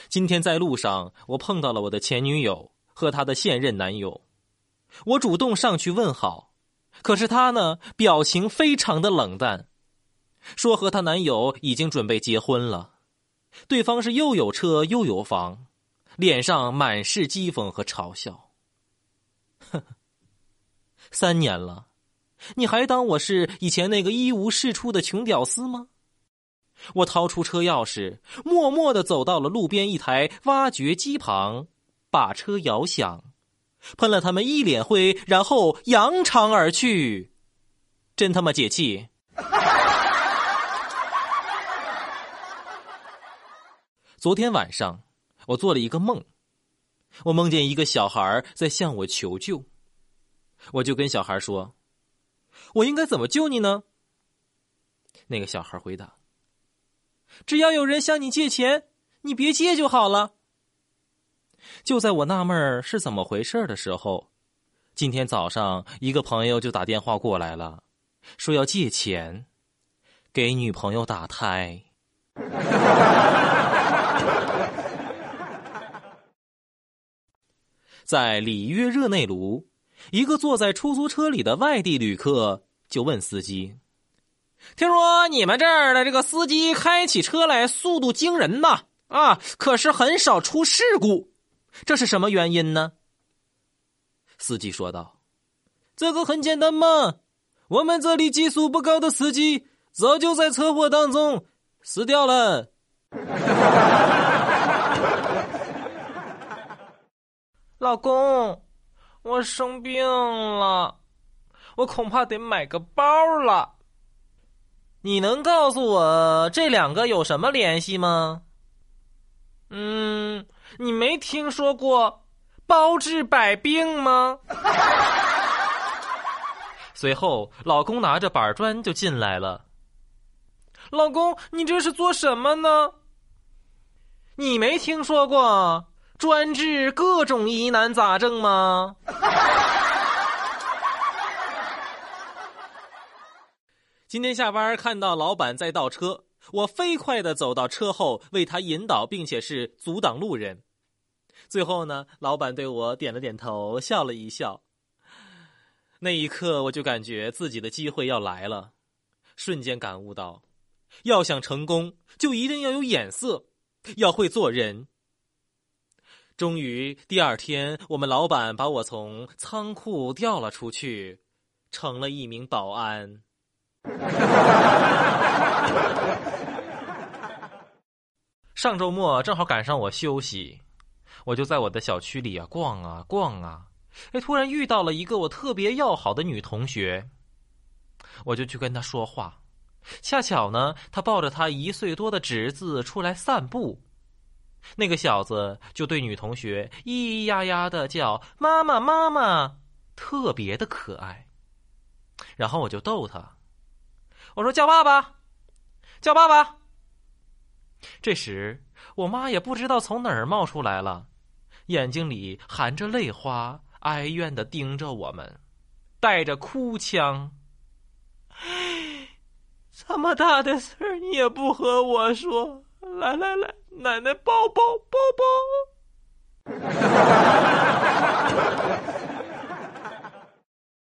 今天在路上，我碰到了我的前女友和她的现任男友。我主动上去问好，可是她呢，表情非常的冷淡，说和她男友已经准备结婚了，对方是又有车又有房，脸上满是讥讽和嘲笑。呵呵，3年了，你还当我是以前那个一无是处的穷屌丝吗？我掏出车钥匙，默默地走到了路边一台挖掘机旁，把车摇响，喷了他们一脸灰，然后扬长而去。真他妈解气！昨天晚上，我做了一个梦，我梦见一个小孩在向我求救，我就跟小孩说：“我应该怎么救你呢？”那个小孩回答：“只要有人向你借钱，你别借就好了。”就在我纳闷是怎么回事的时候，今天早上一个朋友就打电话过来了，说要借钱给女朋友打胎。在里约热内卢，一个坐在出租车里的外地旅客就问司机：“听说你们这儿的这个司机开起车来速度惊人呐，可是很少出事故，这是什么原因呢？”司机说道：“这个很简单嘛，我们这里技术不高的司机早就在车祸当中死掉了。”老公，我生病了，我恐怕得买个包了。你能告诉我这两个有什么联系吗？你没听说过包治百病吗？随后，老公拿着板砖就进来了。老公，你这是做什么呢？你没听说过专治各种疑难杂症吗？今天下班看到老板在倒车，我飞快地走到车后为他引导，并且是阻挡路人。最后呢，老板对我点了点头，笑了一笑。那一刻我就感觉自己的机会要来了，瞬间感悟到，要想成功就一定要有眼色，要会做人。终于第二天，我们老板把我从仓库调了出去，成了一名保安。上周末正好赶上我休息，我就在我的小区里逛啊逛啊，突然遇到了一个我特别要好的女同学，我就去跟她说话。恰巧呢，她抱着她1岁多的侄子出来散步，那个小子就对女同学咿咿呀呀的叫妈妈妈妈，特别的可爱。然后我就逗他，我说叫爸爸，叫爸爸。这时我妈也不知道从哪儿冒出来了，眼睛里含着泪花，哀怨地盯着我们，带着哭腔：“这么大的事儿你也不和我说，来来来，奶奶抱抱抱抱。”